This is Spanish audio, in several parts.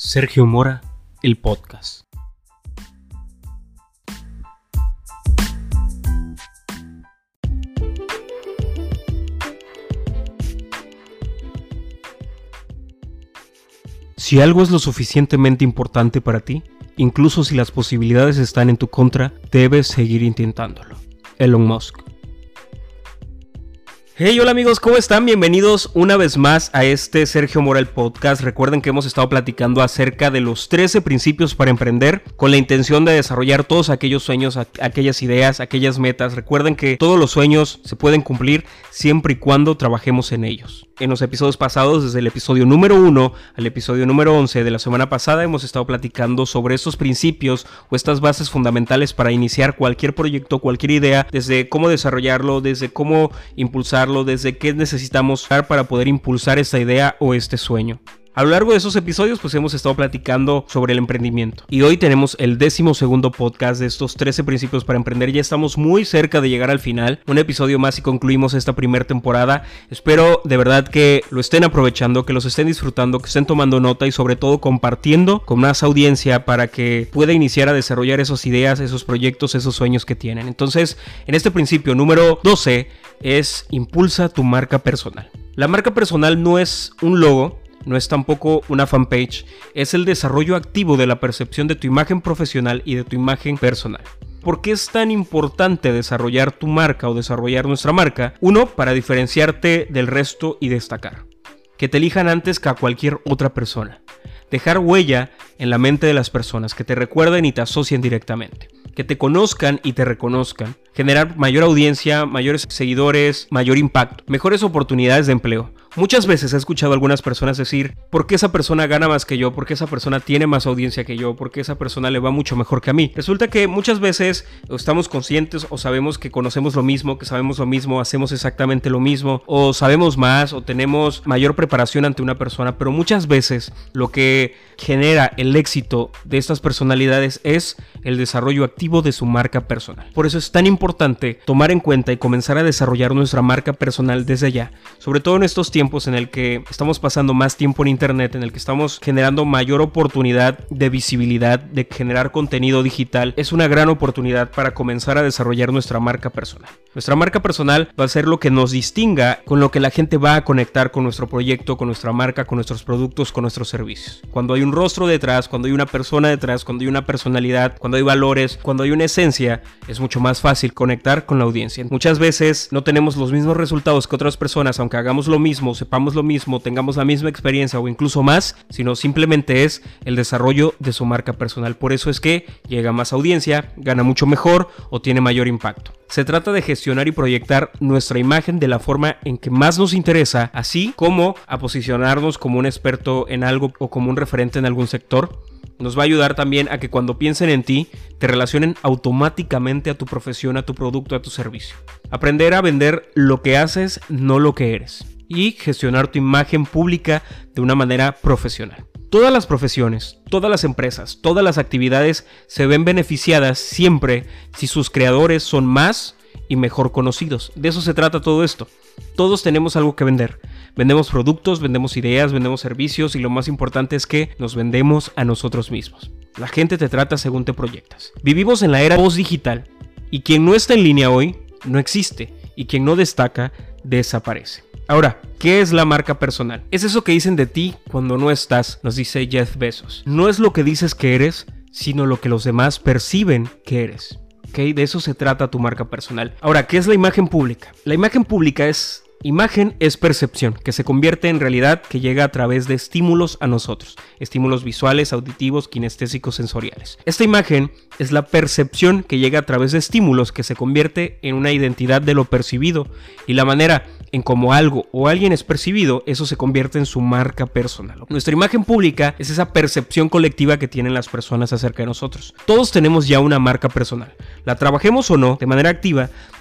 Sergio Mora, el podcast. Si algo es lo suficientemente importante para ti, incluso si las posibilidades están en tu contra, debes seguir intentándolo. Elon Musk. Hey, hola amigos, ¿cómo están? Bienvenidos una vez más a este Sergio Mora el podcast. Recuerden que hemos estado platicando acerca de los 13 principios para emprender con la intención de desarrollar todos aquellos sueños, aquellas ideas, aquellas metas. Recuerden que todos los sueños se pueden cumplir siempre y cuando trabajemos en ellos. En los episodios pasados, desde el episodio número 1 al episodio número 11 de la semana pasada, hemos estado platicando sobre estos principios o estas bases fundamentales para iniciar cualquier proyecto, cualquier idea, desde cómo desarrollarlo, desde cómo impulsarlo, desde qué necesitamos para poder impulsar esta idea o este sueño. A lo largo de esos episodios pues hemos estado platicando sobre el emprendimiento y hoy tenemos el 12º podcast de estos 13 principios para emprender. Ya estamos muy cerca de llegar al final, un episodio más y concluimos esta primera temporada. Espero de verdad que lo estén aprovechando, que los estén disfrutando, que estén tomando nota y sobre todo compartiendo con más audiencia para que pueda iniciar a desarrollar esas ideas, esos proyectos, esos sueños que tienen. Entonces, en este principio número 12 es impulsa tu marca personal. La marca personal no es un logo, no es tampoco una fanpage, es el desarrollo activo de la percepción de tu imagen profesional y de tu imagen personal. ¿Por qué es tan importante desarrollar tu marca o desarrollar nuestra marca? Uno, para diferenciarte del resto y destacar. Que te elijan antes que a cualquier otra persona. Dejar huella en la mente de las personas, que te recuerden y te asocien directamente. Que te conozcan y te reconozcan. Generar mayor audiencia, mayores seguidores, mayor impacto, mejores oportunidades de empleo. Muchas veces he escuchado a algunas personas decir, ¿por qué esa persona gana más que yo? ¿Por qué esa persona tiene más audiencia que yo? ¿Por qué esa persona le va mucho mejor que a mí? Resulta que muchas veces estamos conscientes o sabemos que conocemos lo mismo, que sabemos lo mismo, hacemos exactamente lo mismo, o sabemos más, o tenemos mayor preparación ante una persona, pero muchas veces lo que genera el éxito de estas personalidades es el desarrollo activo de su marca personal. Por eso es tan importante tomar en cuenta y comenzar a desarrollar nuestra marca personal desde ya, sobre todo en estos tiempos en el que estamos pasando más tiempo en internet, en el que estamos generando mayor oportunidad de visibilidad, de generar contenido digital. Es una gran oportunidad para comenzar a desarrollar nuestra marca personal. Nuestra marca personal va a ser lo que nos distinga, con lo que la gente va a conectar con nuestro proyecto, con nuestra marca, con nuestros productos, con nuestros servicios. Cuando hay un rostro detrás, cuando hay una persona detrás, cuando hay una personalidad, cuando hay valores, cuando hay una esencia, es mucho más fácil conectar con la audiencia. Muchas veces no tenemos los mismos resultados que otras personas, aunque hagamos lo mismo, sepamos lo mismo, tengamos la misma experiencia o incluso más, sino simplemente es el desarrollo de su marca personal. Por eso es que llega más audiencia, gana mucho mejor o tiene mayor impacto. Se trata de gestionar y proyectar nuestra imagen de la forma en que más nos interesa, así como a posicionarnos como un experto en algo o como un referente en algún sector. Nos va a ayudar también a que cuando piensen en ti, te relacionen automáticamente a tu profesión, a tu producto, a tu servicio. Aprender a vender lo que haces, no lo que eres. Y gestionar tu imagen pública de una manera profesional. Todas las profesiones, todas las empresas, todas las actividades se ven beneficiadas siempre si sus creadores son más y mejor conocidos. De eso se trata todo esto. Todos tenemos algo que vender. Vendemos productos, vendemos ideas, vendemos servicios y lo más importante es que nos vendemos a nosotros mismos. La gente te trata según te proyectas. Vivimos en la era post-digital y quien no está en línea hoy no existe y quien no destaca desaparece. Ahora, ¿qué es la marca personal? Es eso que dicen de ti cuando no estás, nos dice Jeff Bezos. No es lo que dices que eres, sino lo que los demás perciben que eres. ¿Ok? De eso se trata tu marca personal. Ahora, ¿qué es la imagen pública? La imagen pública es... Imagen es percepción, que se convierte en realidad, que llega a través de estímulos a nosotros. Estímulos visuales, auditivos, kinestésicos, sensoriales. Esta imagen es la percepción que llega a través de estímulos, que se convierte en una identidad de lo percibido. Y la manera en cómo algo o alguien es percibido, eso se convierte en su marca personal. Nuestra imagen pública es esa percepción colectiva que tienen las personas acerca de nosotros. Todos tenemos ya una marca personal. La trabajemos o no, de manera activa,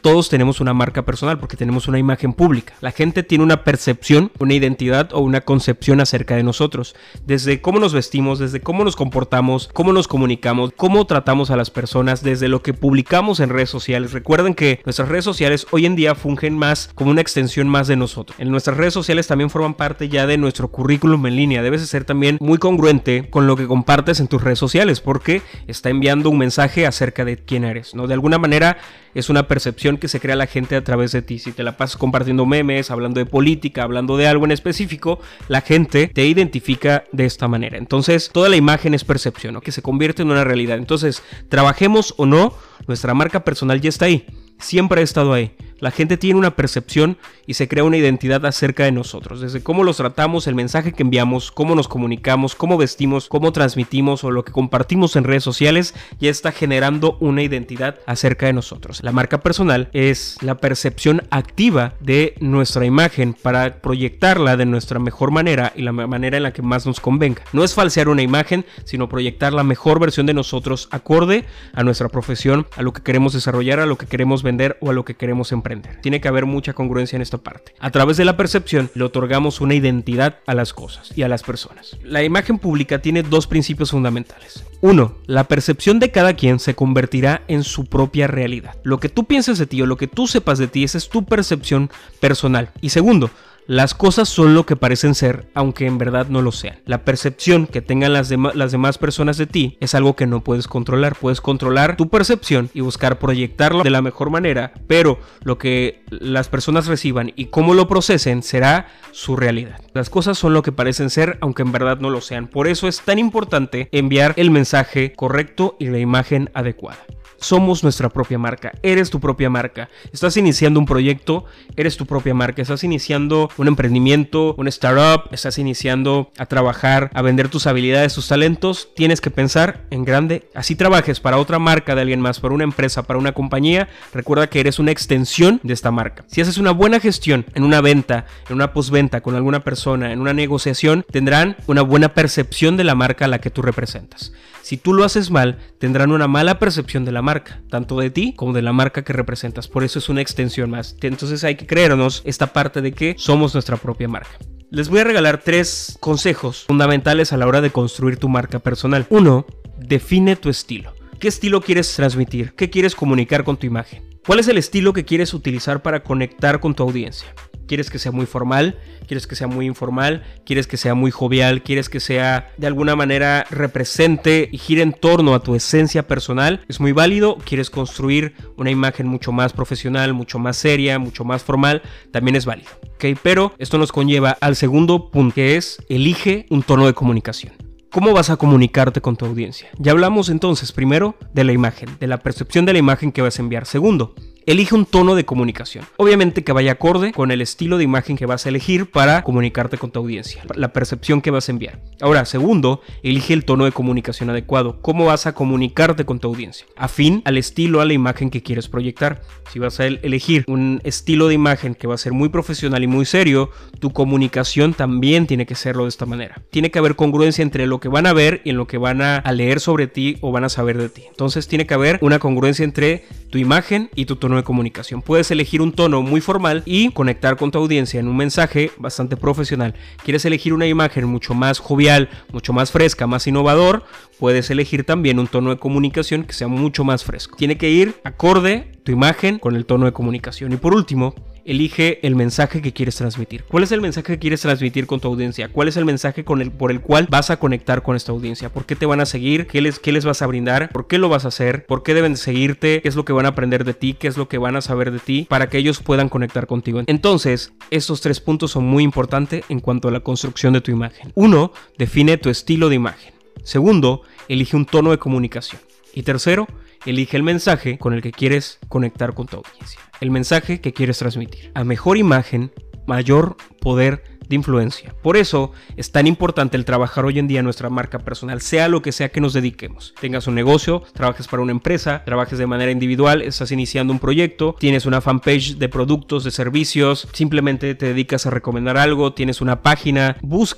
todos tenemos una marca personal porque tenemos una imagen pública. La gente tiene una percepción, una identidad o una concepción acerca de nosotros. Desde cómo nos vestimos, desde cómo nos comportamos, cómo nos comunicamos, cómo tratamos a las personas, desde lo que publicamos en redes sociales. Recuerden que nuestras redes sociales hoy en día fungen más como una extensión más de nosotros. En nuestras redes sociales también forman parte ya de nuestro currículum en línea. Debes de ser también muy congruente con lo que compartes en tus redes sociales porque está enviando un mensaje acerca de quién eres, ¿no? De alguna manera es una percepción que se crea la gente a través de ti. Si te la pasas compartiendo memes, hablando de política, hablando de algo en específico, la gente te identifica de esta manera. Entonces, toda la imagen es percepción, ¿no? Que se convierte en una realidad. Entonces, trabajemos o no, nuestra marca personal ya está ahí. Siempre ha estado ahí. La gente tiene una percepción y se crea una identidad acerca de nosotros. Desde cómo los tratamos, el mensaje que enviamos, cómo nos comunicamos, cómo vestimos, cómo transmitimos o lo que compartimos en redes sociales, ya está generando una identidad acerca de nosotros. La marca personal es la percepción activa de nuestra imagen para proyectarla de nuestra mejor manera y la manera en la que más nos convenga. No es falsear una imagen, sino proyectar la mejor versión de nosotros acorde a nuestra profesión, a lo que queremos desarrollar, a lo que queremos vender o a lo que queremos emprender. Tiene que haber mucha congruencia en esta parte. A través de la percepción le otorgamos una identidad a las cosas y a las personas. La imagen pública tiene dos principios fundamentales. 1. La percepción de cada quien se convertirá en su propia realidad. Lo que tú pienses de ti o lo que tú sepas de ti, esa es tu percepción personal. Y segundo, las cosas son lo que parecen ser, aunque en verdad no lo sean. La percepción que tengan las demás personas de ti es algo que no puedes controlar. Puedes controlar tu percepción y buscar proyectarlo de la mejor manera, pero lo que las personas reciban y cómo lo procesen será su realidad. Las cosas son lo que parecen ser, aunque en verdad no lo sean. Por eso es tan importante enviar el mensaje correcto y la imagen adecuada. Somos nuestra propia marca, eres tu propia marca. Estás iniciando un proyecto, eres tu propia marca. Estás iniciando un emprendimiento, un startup, estás iniciando a trabajar, a vender tus habilidades, tus talentos. Tienes que pensar en grande. Así trabajes para otra marca de alguien más, para una empresa, para una compañía. Recuerda que eres una extensión de esta marca. Si haces una buena gestión en una venta, en una postventa con alguna persona, en una negociación, tendrán una buena percepción de la marca a la que tú representas. Si tú lo haces mal, tendrán una mala percepción de la marca, tanto de ti como de la marca que representas. Por eso es una extensión más. Entonces hay que creernos esta parte de que somos nuestra propia marca. Les voy a regalar 3 consejos fundamentales a la hora de construir tu marca personal. 1. Define tu estilo. ¿Qué estilo quieres transmitir? ¿Qué quieres comunicar con tu imagen? ¿Cuál es el estilo que quieres utilizar para conectar con tu audiencia? ¿Quieres que sea muy formal? ¿Quieres que sea muy informal? ¿Quieres que sea muy jovial? ¿Quieres que sea de alguna manera represente y gire en torno a tu esencia personal? Es muy válido. ¿Quieres construir una imagen mucho más profesional, mucho más seria, mucho más formal? También es válido, ¿ok? Pero esto nos conlleva al segundo punto, que es elige un tono de comunicación. ¿Cómo vas a comunicarte con tu audiencia? Ya hablamos entonces primero de la imagen, de la percepción de la imagen que vas a enviar. Segundo, elige un tono de comunicación. Obviamente que vaya acorde con el estilo de imagen que vas a elegir para comunicarte con tu audiencia, la percepción que vas a enviar. Ahora, segundo, elige el tono de comunicación adecuado. ¿Cómo vas a comunicarte con tu audiencia? Afín al estilo, a la imagen que quieres proyectar. Si vas a elegir un estilo de imagen que va a ser muy profesional y muy serio, tu comunicación también tiene que serlo de esta manera. Tiene que haber congruencia entre lo que van a ver y en lo que van a leer sobre ti o van a saber de ti. Entonces tiene que haber una congruencia entre tu imagen y tu tono de comunicación. Puedes elegir un tono muy formal y conectar con tu audiencia en un mensaje bastante profesional. ¿Quieres elegir una imagen mucho más jovial, mucho más fresca, más innovador? Puedes elegir también un tono de comunicación que sea mucho más fresco. Tiene que ir acorde tu imagen con el tono de comunicación. Y por último, elige el mensaje que quieres transmitir. ¿Cuál es el mensaje que quieres transmitir con tu audiencia? ¿Cuál es el mensaje por el cual vas a conectar con esta audiencia? ¿Por qué te van a seguir? ¿Qué les vas a brindar? ¿Por qué lo vas a hacer? ¿Por qué deben seguirte? ¿Qué es lo que van a aprender de ti? ¿Qué es lo que van a saber de ti? Para que ellos puedan conectar contigo. Entonces, estos 3 puntos son muy importantes en cuanto a la construcción de tu imagen. 1. Define tu estilo de imagen. Segundo, elige un tono de comunicación. Y tercero, elige el mensaje con el que quieres conectar con tu audiencia. El mensaje que quieres transmitir. A mejor imagen, mayor poder de influencia. Por eso es tan importante el trabajar hoy en día nuestra marca personal, sea lo que sea que nos dediquemos. Tengas un negocio, trabajes para una empresa, trabajes de manera individual, estás iniciando un proyecto, tienes una fanpage de productos, de servicios, simplemente te dedicas a recomendar algo, tienes una página, busca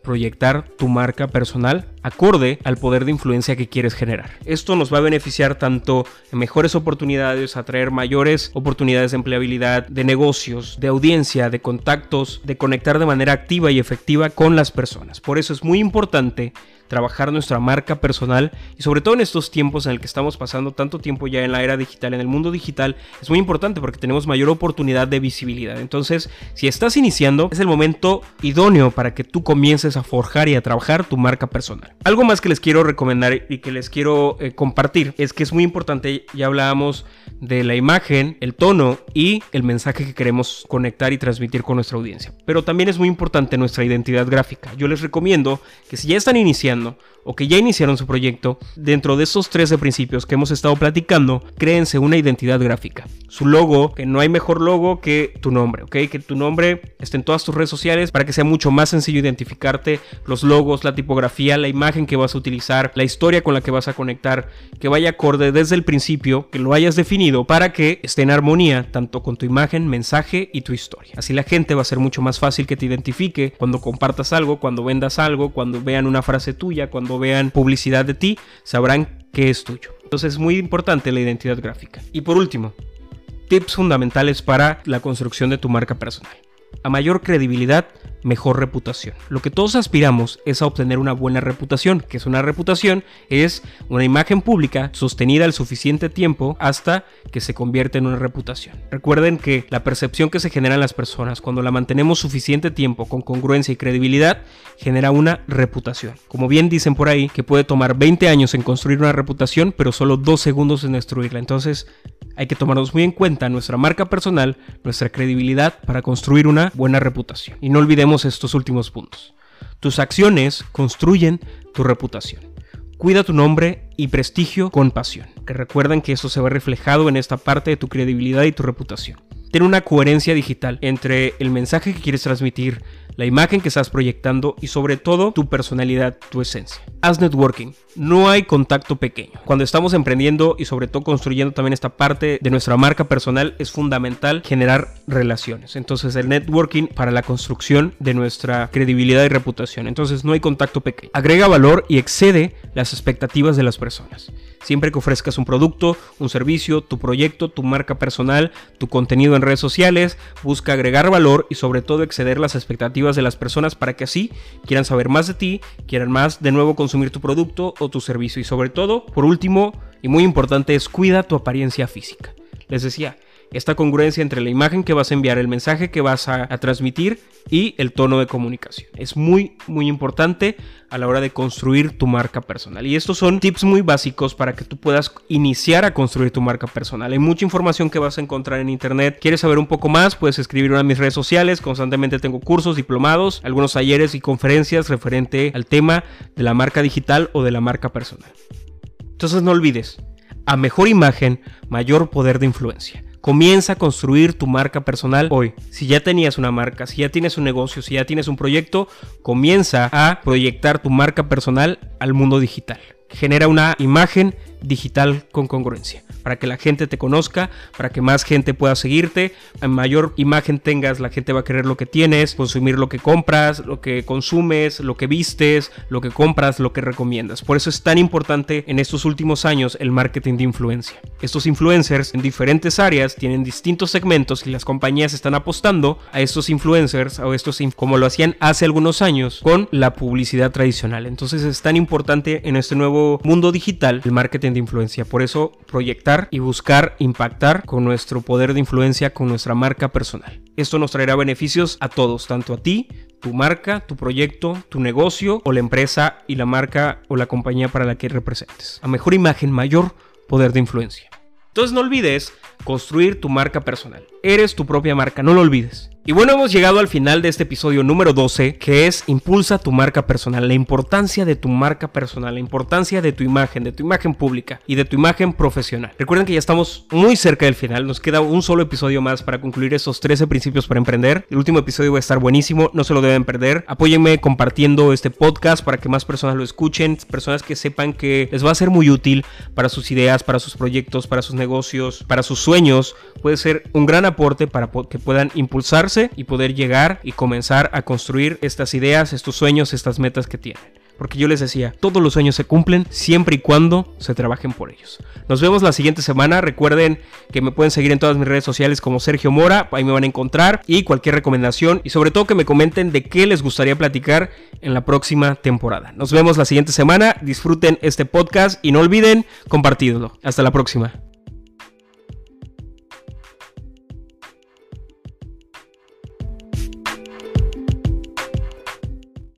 proyectar tu marca personal acorde al poder de influencia que quieres generar. Esto nos va a beneficiar tanto en mejores oportunidades, atraer mayores oportunidades de empleabilidad, de negocios, de audiencia, de contactos, de conectar de manera activa y efectiva con las personas. Por eso es muy importante trabajar nuestra marca personal y sobre todo en estos tiempos en el que estamos pasando tanto tiempo ya en la era digital, en el mundo digital, es muy importante porque tenemos mayor oportunidad de visibilidad. Entonces, si estás iniciando, es el momento idóneo para que tú comiences a forjar y a trabajar tu marca personal. Algo más que les quiero recomendar y que les quiero compartir es que es muy importante, ya hablábamos de la imagen, el tono y el mensaje que queremos conectar y transmitir con nuestra audiencia. Pero también es muy importante nuestra identidad gráfica. Yo les recomiendo que si ya están iniciando o que ya iniciaron su proyecto, dentro de esos 13 principios que hemos estado platicando, créense una identidad gráfica. Su logo, que no hay mejor logo que tu nombre, ¿ok? Que tu nombre esté en todas tus redes sociales para que sea mucho más sencillo identificarte, los logos, la tipografía, la imagen que vas a utilizar, la historia con la que vas a conectar, que vaya acorde desde el principio, que lo hayas definido para que esté en armonía tanto con tu imagen, mensaje y tu historia. Así la gente va a ser mucho más fácil que te identifique cuando compartas algo, cuando vendas algo, cuando vean una frase tuya, cuando vean publicidad de ti, sabrán que es tuyo. Entonces es muy importante la identidad gráfica. Y por último, tips fundamentales para la construcción de tu marca personal. A mayor credibilidad, mejor reputación. Lo que todos aspiramos es a obtener una buena reputación. ¿Qué es una reputación? Es una imagen pública sostenida el suficiente tiempo hasta que se convierte en una reputación. Recuerden que la percepción que se genera en las personas cuando la mantenemos suficiente tiempo con congruencia y credibilidad genera una reputación. Como bien dicen por ahí, que puede tomar 20 años en construir una reputación, pero solo 2 segundos en destruirla. Entonces hay que tomarnos muy en cuenta nuestra marca personal, nuestra credibilidad para construir una buena reputación. Y no olvidemos estos últimos puntos. Tus acciones construyen tu reputación. Cuida tu nombre y prestigio con pasión. Que recuerden que eso se ve reflejado en esta parte de tu credibilidad y tu reputación. Ten una coherencia digital entre el mensaje que quieres transmitir, la imagen que estás proyectando y sobre todo tu personalidad, tu esencia. Haz networking. No hay contacto pequeño. Cuando estamos emprendiendo y sobre todo construyendo también esta parte de nuestra marca personal, es fundamental generar relaciones. Entonces el networking para la construcción de nuestra credibilidad y reputación. Entonces no hay contacto pequeño. Agrega valor y excede las expectativas de las personas. Siempre que ofrezcas un producto, un servicio, tu proyecto, tu marca personal, tu contenido en redes sociales, busca agregar valor y sobre todo exceder las expectativas de las personas para que así quieran saber más de ti, quieran más de nuevo consumir tu producto o tu servicio. Y sobre todo, por último y muy importante, es cuida tu apariencia física. Les decía, esta congruencia entre la imagen que vas a enviar, el mensaje que vas a transmitir y el tono de comunicación. Es muy importante a la hora de construir tu marca personal. Y estos son tips muy básicos para que tú puedas iniciar a construir tu marca personal. Hay mucha información que vas a encontrar en internet. ¿Quieres saber un poco más? Puedes escribir a mis redes sociales. Constantemente tengo cursos, diplomados, algunos talleres y conferencias referente al tema de la marca digital o de la marca personal. Entonces no olvides, a mejor imagen, mayor poder de influencia. Comienza a construir tu marca personal hoy. Si ya tenías una marca, si ya tienes un negocio, si ya tienes un proyecto, comienza a proyectar tu marca personal al mundo digital. Genera una imagen digital con congruencia para que la gente te conozca, para que más gente pueda seguirte. A mayor imagen tengas, la gente va a querer lo que tienes, consumir lo que compras, lo que consumes, lo que vistes, lo que compras, lo que recomiendas. Por eso es tan importante en estos últimos años el marketing de influencia. Estos influencers en diferentes áreas tienen distintos segmentos y las compañías están apostando a estos influencers o estos como lo hacían hace algunos años con la publicidad tradicional. Entonces es tan importante en este nuevo mundo digital el marketing de influencia. Por eso proyectar y buscar impactar con nuestro poder de influencia, con nuestra marca personal. Esto nos traerá beneficios a todos, tanto a ti, tu marca, tu proyecto, tu negocio o la empresa y la marca o la compañía para la que representes. A mejor imagen, mayor poder de influencia. Entonces no olvides construir tu marca personal. Eres tu propia marca, no lo olvides. Y bueno, hemos llegado al final de este episodio número 12, que es Impulsa tu marca personal. La importancia de tu marca personal, la importancia de tu imagen pública y de tu imagen profesional. Recuerden que ya estamos muy cerca del final, nos queda un solo episodio más para concluir esos 13 principios para emprender. El último episodio va a estar buenísimo, no se lo deben perder. Apóyenme compartiendo este podcast para que más personas lo escuchen, personas que sepan que les va a ser muy útil para sus ideas, para sus proyectos, para sus negocios, para sus sueños. Puede ser un gran aporte para que puedan impulsarse y poder llegar y comenzar a construir estas ideas, estos sueños, estas metas que tienen. Porque yo les decía, todos los sueños se cumplen siempre y cuando se trabajen por ellos. Nos vemos la siguiente semana. Recuerden que me pueden seguir en todas mis redes sociales como Sergio Mora. Ahí me van a encontrar. Y cualquier recomendación. Y sobre todo que me comenten de qué les gustaría platicar en la próxima temporada. Nos vemos la siguiente semana. Disfruten este podcast y no olviden compartirlo. Hasta la próxima.